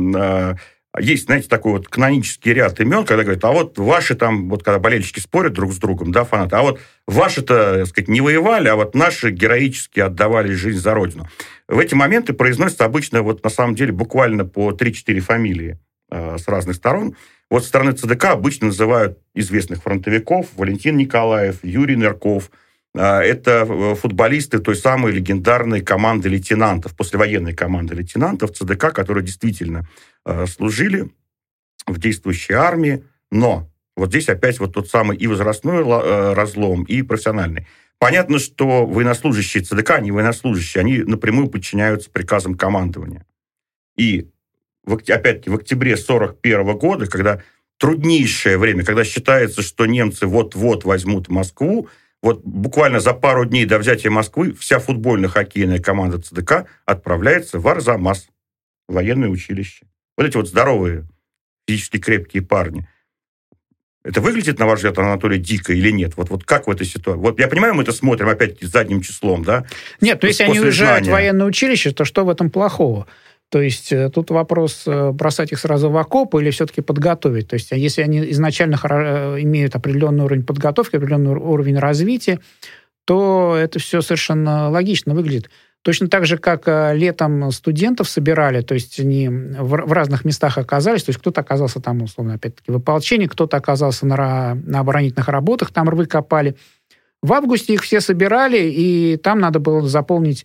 есть, знаете, такой вот канонический ряд имен, когда говорят, а вот ваши там, вот когда болельщики спорят друг с другом, да, фанаты, а вот ваши-то, так сказать, не воевали, а вот наши героически отдавали жизнь за Родину. В эти моменты произносятся обычно, вот на самом деле, буквально по 3-4 фамилии с разных сторон. Вот со стороны ЦДК обычно называют известных фронтовиков: Валентин Николаев, Юрий Нырков. Это футболисты той самой легендарной команды лейтенантов, послевоенной команды лейтенантов ЦДК, которые действительно служили в действующей армии. Но вот здесь опять вот тот самый и возрастной разлом, и профессиональный. Понятно, что военнослужащие ЦДК, не военнослужащие, они напрямую подчиняются приказам командования. И опять-таки в октябре 1941 года, когда труднейшее время, когда считается, что немцы вот-вот возьмут Москву, вот буквально за пару дней до взятия Москвы вся футбольно-хоккейная команда ЦДК отправляется в Арзамас, военное училище. Вот эти вот здоровые, физически крепкие парни. Это выглядит, на ваш взгляд, Анатолий, дико или нет? Вот как в этой ситуации? Вот я понимаю, мы это смотрим опять-таки задним числом, да? Нет, если они уезжают в военное училище, то что в этом плохого? То есть тут вопрос, бросать их сразу в окопы или все-таки подготовить. То есть если они изначально имеют определенный уровень подготовки, определенный уровень развития, то это все совершенно логично выглядит. Точно так же, как летом студентов собирали, то есть они в разных местах оказались, то есть кто-то оказался там, условно, опять-таки, в ополчении, кто-то оказался на оборонительных работах, там рвы копали. В августе их все собирали, и там надо было заполнить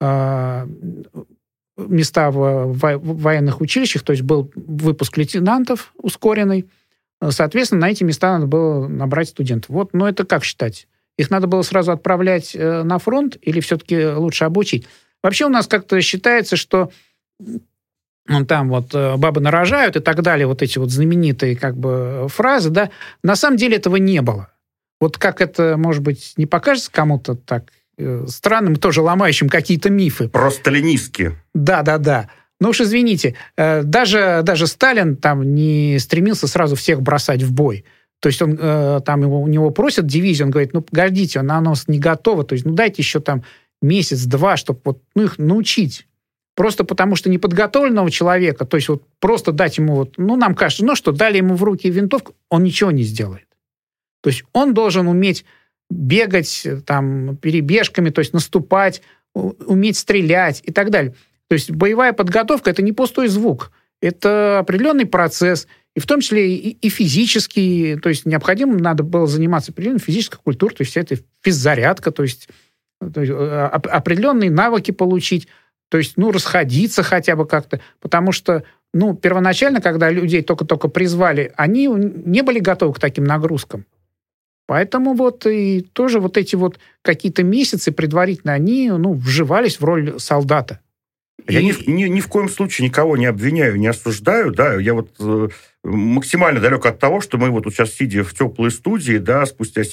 места в военных училищах, то есть был выпуск лейтенантов ускоренный, соответственно, на эти места надо было набрать студентов. Вот, но это как считать? Их надо было сразу отправлять на фронт или все-таки лучше обучить? Вообще у нас как-то считается, что там вот бабы нарожают и так далее, вот эти вот знаменитые как бы фразы, да, на самом деле этого не было. Вот как это, может быть, не покажется кому-то так странным, тоже ломающим какие-то мифы. Просто ленистские. Да. Ну уж извините, даже Сталин там не стремился сразу всех бросать в бой. То есть он там у него просят дивизию, он говорит, погодите, она у нас не готова, то есть дайте еще там месяц-два, чтобы вот, их научить. Просто потому что неподготовленного человека, то есть вот просто дать ему нам кажется, что дали ему в руки винтовку, он ничего не сделает. То есть он должен уметь бегать там перебежками, то есть наступать, уметь стрелять и так далее. То есть боевая подготовка – это не пустой звук, это определенный процесс, и в том числе и физический, то есть необходимо надо было заниматься определенной физической культурой, то есть это физзарядка, то есть определенные навыки получить, то есть расходиться хотя бы как-то, потому что первоначально, когда людей только-только призвали, они не были готовы к таким нагрузкам. Поэтому и тоже эти какие-то месяцы предварительно они вживались в роль солдата. Я ни в коем случае никого не обвиняю, не осуждаю, да, я максимально далек от того, что мы вот сейчас, сидя в теплой студии, да, спустя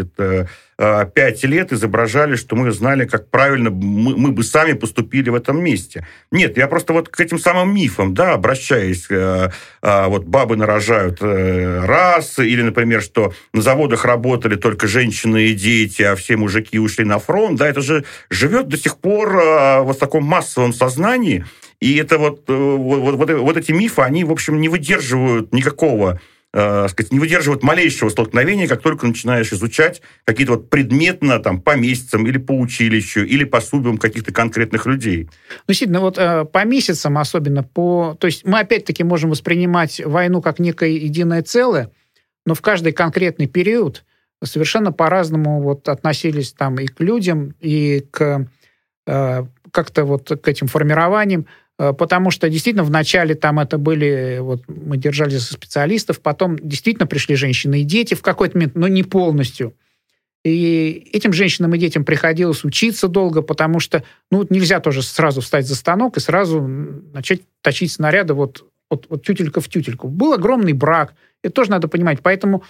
75 лет изображали, что мы знали, как правильно мы бы сами поступили в этом месте. Нет, я просто вот к этим самым мифам, да, обращаюсь, вот бабы нарожают раз, или, например, что на заводах работали только женщины и дети, а все мужики ушли на фронт, да, это же живет до сих пор вот в таком массовом сознании, и это вот эти мифы, они, в общем, не выдерживают никакого, не выдерживают малейшего столкновения, как только начинаешь изучать какие-то вот предметно там по месяцам или по училищу, или по судьбам каких-то конкретных людей. Ну, действительно, вот по месяцам особенно, то есть мы опять-таки можем воспринимать войну как некое единое целое, но в каждый конкретный период совершенно по-разному вот относились там и к людям, и к как-то вот к этим формированиям, потому что действительно в начале там это были, вот мы держались за специалистов, потом действительно пришли женщины и дети в какой-то момент, но не полностью. И этим женщинам и детям приходилось учиться долго, потому что нельзя тоже сразу встать за станок и сразу начать точить снаряды вот тютелька в тютельку. Был огромный брак, это тоже надо понимать, поэтому...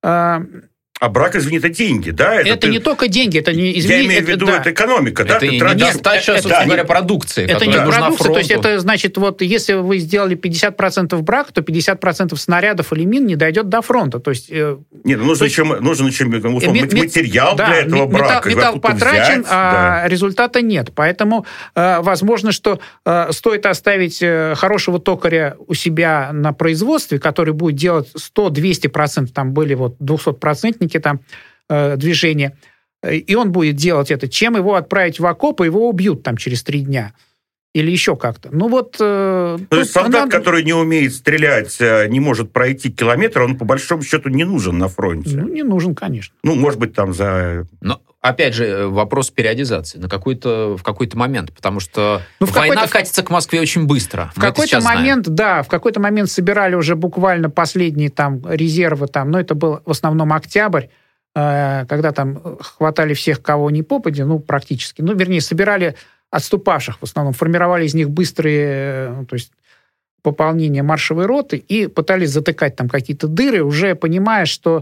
А брак, извини, это деньги, да? Это не только деньги, это не... Извини, я имею в виду, это экономика, да? Это недостача, собственно говоря, продукции, это не продукция, то есть это значит, вот если вы сделали 50% брака, то 50% снарядов или мин не дойдет до фронта, то есть... Нет, нужен еще материал для этого брака. Металл потрачен, а результата нет. Поэтому возможно, что стоит оставить хорошего токаря у себя на производстве, который будет делать 100-200%, там были вот 200% там движения, и он будет делать это, чем его отправить в окоп, и его убьют там через 3 дня. Или еще как-то. То есть солдат, который не умеет стрелять, не может пройти километр, он по большому счету не нужен на фронте. Не нужен, конечно. Может быть, там Но, опять же, вопрос периодизации в какой-то момент, потому что война катится к Москве очень быстро. В какой-то момент собирали уже буквально последние там резервы, но это был в основном октябрь, когда там хватали всех, кого ни попадя, практически. Вернее, собирали отступавших в основном, формировали из них быстрые, то есть пополнение маршевой роты и пытались затыкать там какие-то дыры, уже понимая, что,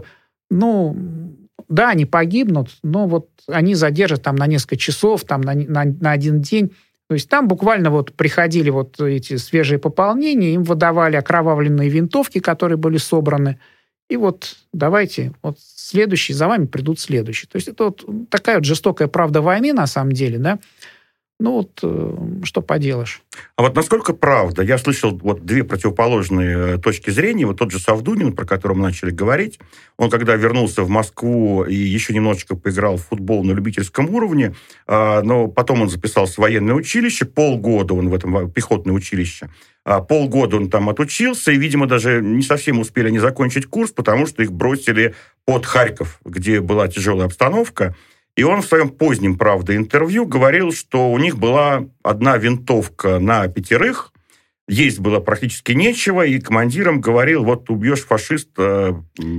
да, они погибнут, но вот они задержат там на несколько часов, там на один день. То есть там буквально вот приходили вот эти свежие пополнения, им выдавали окровавленные винтовки, которые были собраны, и вот давайте, вот следующие, за вами придут следующие. То есть это вот такая вот жестокая правда войны на самом деле, да. Что поделаешь. А вот насколько правда? Я слышал вот 2 противоположные точки зрения. Вот тот же Савдунин, про которого мы начали говорить, он когда вернулся в Москву и еще немножечко поиграл в футбол на любительском уровне, но потом он записался в военное училище, полгода он в этом пехотное училище, полгода он там отучился, и, видимо, даже не совсем успели они закончить курс, потому что их бросили под Харьков, где была тяжелая обстановка. И он в своем позднем, правда, интервью говорил, что у них была 1 винтовка на 5, есть было практически нечего, и командирам говорил, вот убьешь фашиста,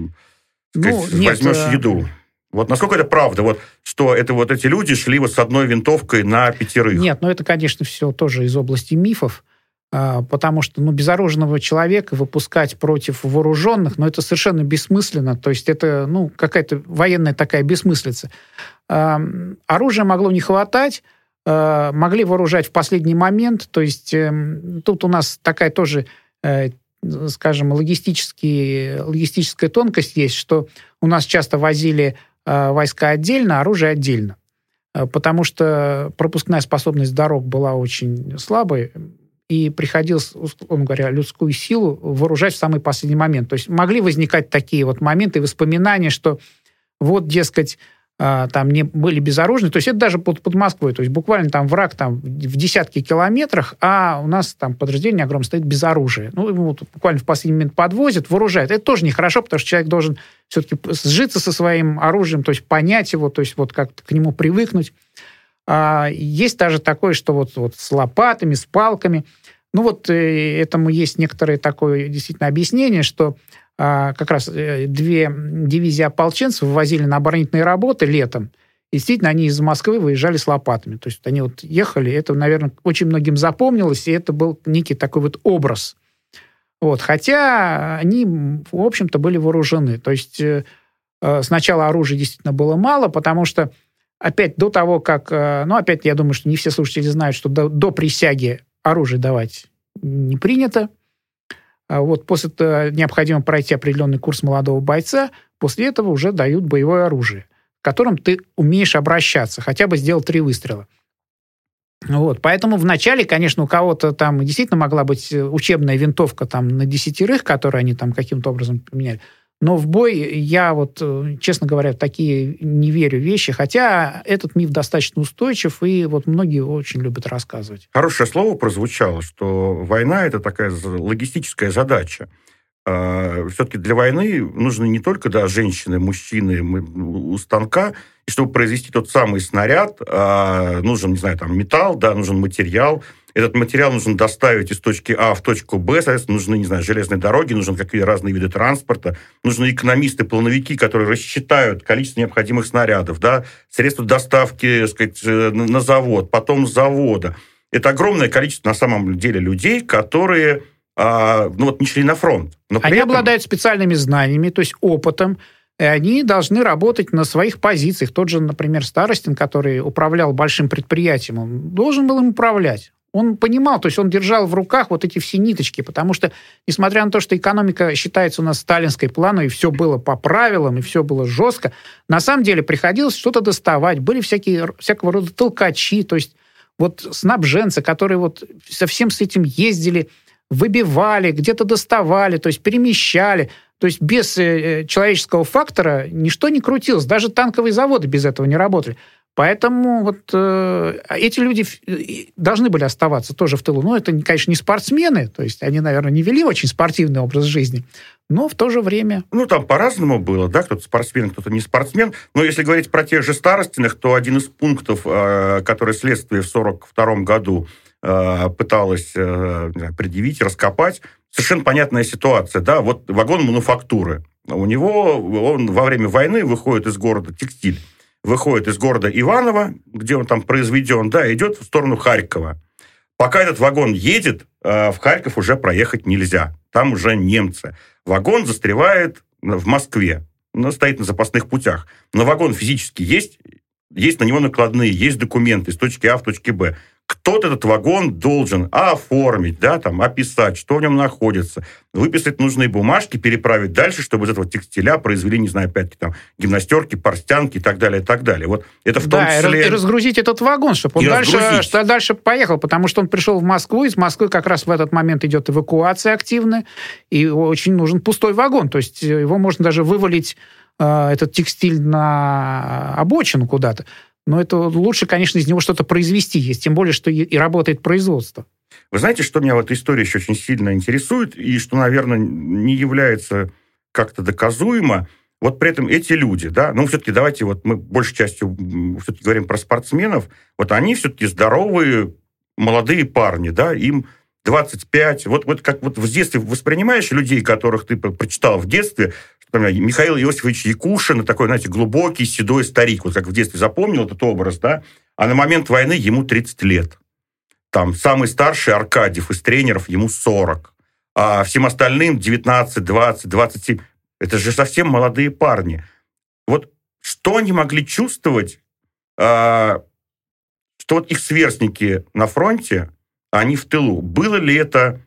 возьмешь еду. Вот насколько это правда, вот, что это вот эти люди шли вот с 1 винтовкой на 5? Нет, это, конечно, все тоже из области мифов, потому что безоружного человека выпускать против вооруженных, это совершенно бессмысленно, то есть это какая-то военная такая бессмыслица. Оружия могло не хватать, могли вооружать в последний момент, то есть тут у нас такая тоже, скажем, логистическая тонкость есть, что у нас часто возили войска отдельно, оружие отдельно, потому что пропускная способность дорог была очень слабой, и приходилось, условно говоря, людскую силу вооружать в самый последний момент. То есть могли возникать такие вот моменты, воспоминания, что вот, дескать, там не были безоружны. То есть это даже под Москвой. То есть буквально там враг там в десятки километрах, а у нас там подразделение огромное стоит без оружия. Его буквально в последний момент подвозят, вооружают. Это тоже нехорошо, потому что человек должен все-таки сжиться со своим оружием, то есть понять его, то есть вот как-то к нему привыкнуть. Есть даже такое, что вот с лопатами, с палками. Этому есть некоторое такое действительно объяснение, что как раз 2 дивизии ополченцев вывозили на оборонительные работы летом. И действительно, они из Москвы выезжали с лопатами. То есть они вот ехали, это, наверное, очень многим запомнилось, и это был некий такой вот образ. Вот. Хотя они, в общем-то, были вооружены. То есть сначала оружия действительно было мало, потому что опять до того, как... опять я думаю, что не все слушатели знают, что до присяги оружие давать не принято. Вот после этого необходимо пройти определенный курс молодого бойца. После этого уже дают боевое оружие, с которым ты умеешь обращаться, хотя бы сделал 3 выстрела. Вот. Поэтому вначале, конечно, у кого-то там действительно могла быть учебная винтовка там, на 10, которую они там каким-то образом поменяли. Но в бой я вот, честно говоря, в такие не верю вещи, хотя этот миф достаточно устойчив, и вот многие очень любят рассказывать. Хорошее слово прозвучало, что война – это такая логистическая задача. Все-таки для войны нужны не только женщины, мужчины у станка, и чтобы произвести тот самый снаряд, нужен, не знаю, там, металл, нужен материал. Этот материал нужно доставить из точки А в точку Б, соответственно, нужны, не знаю, железные дороги, нужны какие-то разные виды транспорта, нужны экономисты, плановики, которые рассчитают количество необходимых снарядов, средства доставки, так сказать, на завод, потом с завода. Это огромное количество, на самом деле, людей, которые не шли на фронт. Но они обладают специальными знаниями, то есть опытом, и они должны работать на своих позициях. Тот же, например, Старостин, который управлял большим предприятием, он должен был им управлять. Он понимал, то есть он держал в руках вот эти все ниточки, потому что, несмотря на то, что экономика считается у нас сталинской планой, и все было по правилам, и все было жестко, на самом деле приходилось что-то доставать. Были всякого рода толкачи, то есть вот снабженцы, которые вот совсем с этим ездили, выбивали, где-то доставали, то есть перемещали. То есть без человеческого фактора ничто не крутилось. Даже танковые заводы без этого не работали. Поэтому вот эти люди должны были оставаться тоже в тылу. Но это, конечно, не спортсмены, то есть они, наверное, не вели очень спортивный образ жизни, но в то же время... Там по-разному было, кто-то спортсмен, кто-то не спортсмен. Но если говорить про тех же Старостиных, то один из пунктов, который следствие в 1942 году пыталось предъявить, раскопать, совершенно понятная ситуация. Вот вагон мануфактуры. Он во время войны выходит из города текстиль, выходит из города Иваново, где он там произведен, идет в сторону Харькова. Пока этот вагон едет, в Харьков уже проехать нельзя. Там уже немцы. Вагон застревает в Москве. Он стоит на запасных путях. Но вагон физически есть на него накладные, есть документы из точки А в точке Б. Кто-то этот вагон должен оформить, описать, что в нем находится, выписать нужные бумажки, переправить дальше, чтобы из этого текстиля произвели, не знаю, опять-таки, гимнастерки, порстянки и так далее, и так далее. Вот это в том числе... и разгрузить этот вагон, чтобы он дальше поехал, потому что он пришел в Москву, из Москвы как раз в этот момент идет эвакуация активная, и очень нужен пустой вагон, то есть его можно даже вывалить, этот текстиль, на обочину куда-то. Но это лучше, конечно, из него что-то произвести есть, тем более, что и работает производство. Вы знаете, что меня в этой истории еще очень сильно интересует, и что, наверное, не является как-то доказуемо? Вот при этом эти люди, все-таки давайте мы большей частью все-таки говорим про спортсменов, они все-таки здоровые, молодые парни, им 25. Вот как в детстве воспринимаешь людей, которых ты прочитал в детстве, Михаил Иосифович Якушин, такой, знаете, глубокий, седой старик, как в детстве запомнил этот образ, а на момент войны ему 30 лет. Самый старший Аркадьев из тренеров, ему 40. А всем остальным 19, 20, 27. Это же совсем молодые парни. Вот что они могли чувствовать, что их сверстники на фронте, а они в тылу? Было ли это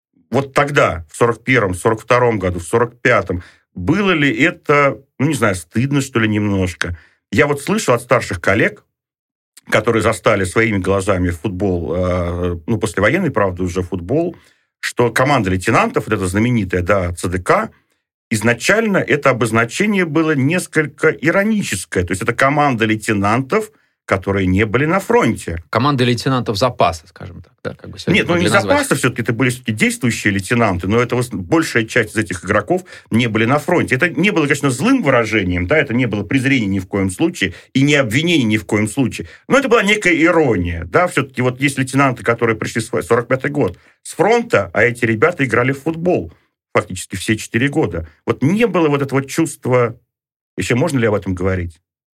тогда, в 41-м, 42-м году, в 45-м, было ли это, стыдно, что ли, немножко? Я слышал от старших коллег, которые застали своими глазами футбол, послевоенный, правда, уже футбол, что команда лейтенантов, это знаменитая, ЦДК, изначально это обозначение было несколько ироническое. То есть это команда лейтенантов, которые не были на фронте. Команда лейтенантов запаса, скажем так. Нет, не запаса, все-таки это были все-таки действующие лейтенанты, но это большая часть из этих игроков не были на фронте. Это не было, конечно, злым выражением, это не было презрения ни в коем случае и не обвинение ни в коем случае. Но это была некая ирония. Все-таки есть лейтенанты, которые пришли в 45-й год с фронта, а эти ребята играли в футбол фактически все 4 года. Не было этого чувства... Еще можно ли об этом говорить?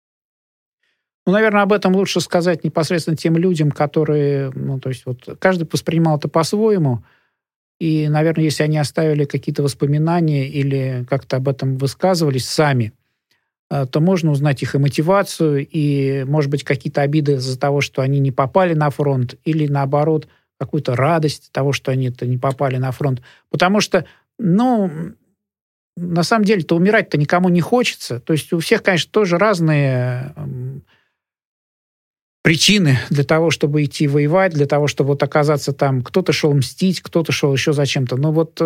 Наверное, об этом лучше сказать непосредственно тем людям, которые, каждый воспринимал это по-своему. И, наверное, если они оставили какие-то воспоминания или как-то об этом высказывались сами, то можно узнать их и мотивацию, и, может быть, какие-то обиды из-за того, что они не попали на фронт, или, наоборот, какую-то радость того, что они-то не попали на фронт. Потому что, на самом деле-то умирать-то никому не хочется. То есть у всех, конечно, тоже разные причины для того, чтобы идти воевать, для того, чтобы вот оказаться там. Кто-то шел мстить, кто-то шел еще зачем-то. Но вот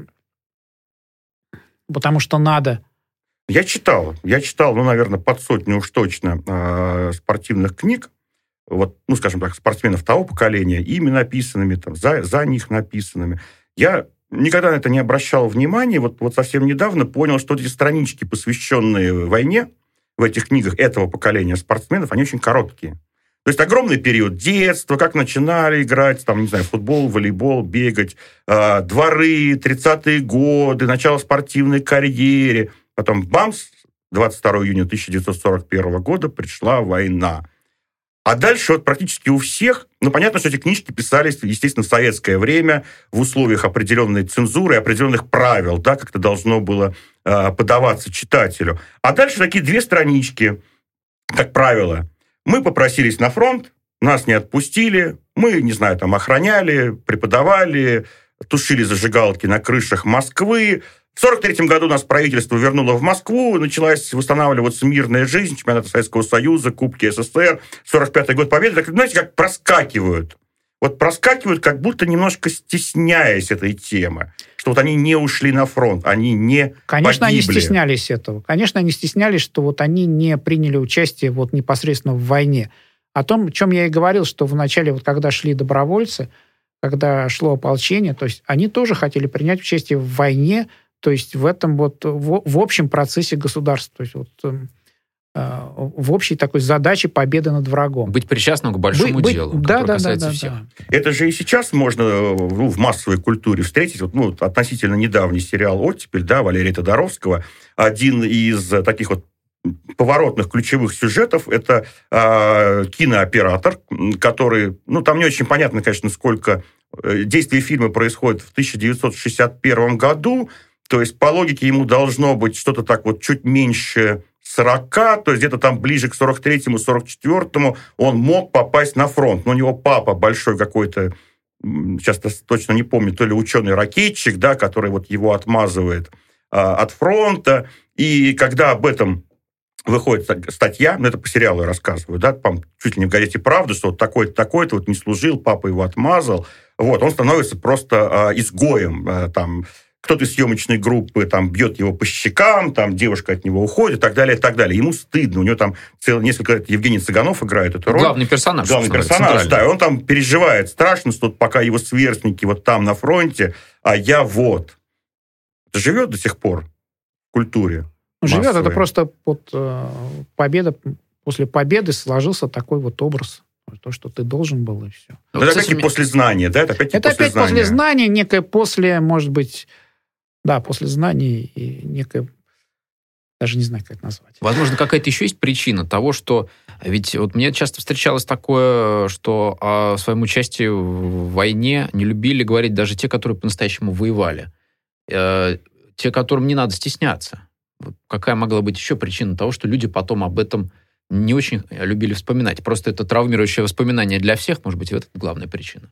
потому что надо. Я читал, наверное, под сотню уж точно спортивных книг, вот, скажем так, спортсменов того поколения, ими написанными, там, за них написанными. Я никогда на это не обращал внимания. Вот совсем недавно понял, что эти странички, посвященные войне, в этих книгах этого поколения спортсменов, они очень короткие. То есть огромный период детства, как начинали играть, там, не знаю, футбол, волейбол, бегать, дворы, 30-е годы, начало спортивной карьеры. Потом, бамс, 22 июня 1941 года пришла война. А дальше вот практически у всех, понятно, что эти книжки писались, естественно, в советское время, в условиях определенной цензуры, определенных правил, да, как это должно было подаваться читателю. А дальше такие 2 странички, как правило. Мы попросились на фронт, нас не отпустили, мы, не знаю, там охраняли, преподавали, тушили зажигалки на крышах Москвы. В 1943 году нас правительство вернуло в Москву, началась восстанавливаться мирная жизнь, чемпионаты Советского Союза, Кубки СССР, 1945 год победы. Так, знаете, как проскакивают. Вот проскакивают, как будто немножко стесняясь этой темы. Что вот они не ушли на фронт, они не Конечно, погибли. Они стеснялись этого. Конечно, они стеснялись, что вот они не приняли участие вот непосредственно в войне. О том, о чем я и говорил, что вначале, вот когда шли добровольцы, когда шло ополчение, то есть они тоже хотели принять участие в войне, то есть в этом вот, в общем процессе государства, то есть вот в общей такой задаче победы над врагом. Быть причастным к большому делу, которое касается всех. Да. Это же и сейчас можно в массовой культуре встретить. Вот, относительно недавний сериал «Оттепель», да, Валерия Тодоровского, один из таких вот поворотных ключевых сюжетов — это кинооператор, который, там не очень понятно, конечно, сколько действий фильма происходит в 1961 году, то есть по логике ему должно быть что-то так вот чуть меньше 40, то есть где-то там ближе к 43-му, 44-му он мог попасть на фронт. Но у него папа большой какой-то, сейчас точно не помню, то ли ученый-ракетчик, да, который вот его отмазывает от фронта. И когда об этом выходит статья, это по сериалу я рассказываю, да, чуть ли не в газете «Правда», что вот такой-то вот не служил, папа его отмазал, вот, он становится просто изгоем, там, кто-то из съемочной группы там бьет его по щекам, там девушка от него уходит, и так далее, и так далее. Ему стыдно. У него там несколько лет Евгений Цыганов играет эту роль. Главный персонаж, да, и он там переживает страшно, что пока его сверстники вот там на фронте, а я вот. Это живет до сих пор в культуре. Живет, это просто вот победа, после победы сложился такой вот образ. То, что ты должен был, и все. Это опять-таки после знания, да? Это опять после знания, некое после, может быть, да, после знаний и некое, даже не знаю, как это назвать. Возможно, какая-то еще есть причина того, что... Ведь вот мне часто встречалось такое, что о своем участии в войне не любили говорить даже те, которые по-настоящему воевали. Те, которым не надо стесняться. Вот какая могла быть еще причина того, что люди потом об этом не очень любили вспоминать? Просто это травмирующее воспоминание для всех, может быть, это главная причина.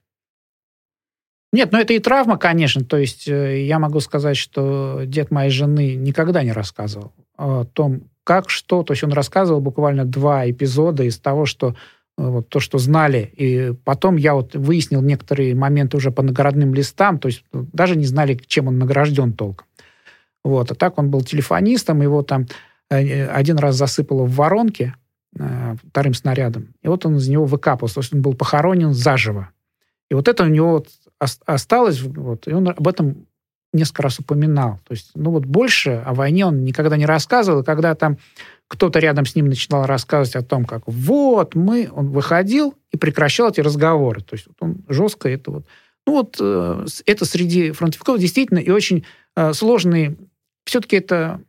Нет, это и травма, конечно. То есть я могу сказать, что дед моей жены никогда не рассказывал о том, как, что. То есть он рассказывал буквально 2 эпизода из того, что вот то, что знали. И потом я вот выяснил некоторые моменты уже по наградным листам, то есть даже не знали, чем он награжден толком. Вот. А так он был телефонистом, его там один раз засыпало в воронке 2-м снарядом, и вот он из него выкапывался, то есть он был похоронен заживо. И вот это у него вот осталось, вот, и он об этом несколько раз упоминал. То есть, больше о войне он никогда не рассказывал, и когда там кто-то рядом с ним начинал рассказывать о том, как он выходил и прекращал эти разговоры. То есть он жестко это вот... это среди фронтовиков действительно и очень сложные... Все-таки это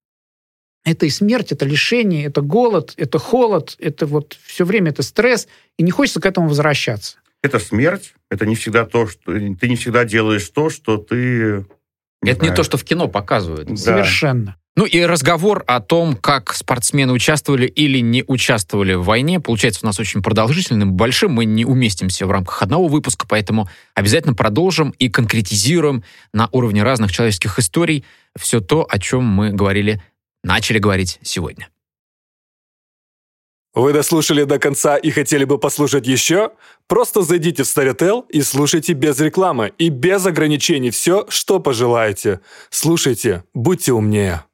и смерть, это лишение, это голод, это холод, это вот все время это стресс, и не хочется к этому возвращаться. это смерть, это не всегда то, что... Ты не всегда делаешь то, что ты... Это не то, что в кино показывают. Да. Совершенно. Ну и разговор о том, как спортсмены участвовали или не участвовали в войне, получается у нас очень продолжительным, большим. Мы не уместимся в рамках одного выпуска, поэтому обязательно продолжим и конкретизируем на уровне разных человеческих историй все то, о чем мы начали говорить сегодня. Вы дослушали до конца и хотели бы послушать еще? Просто зайдите в Storytel и слушайте без рекламы и без ограничений все, что пожелаете. Слушайте, будьте умнее.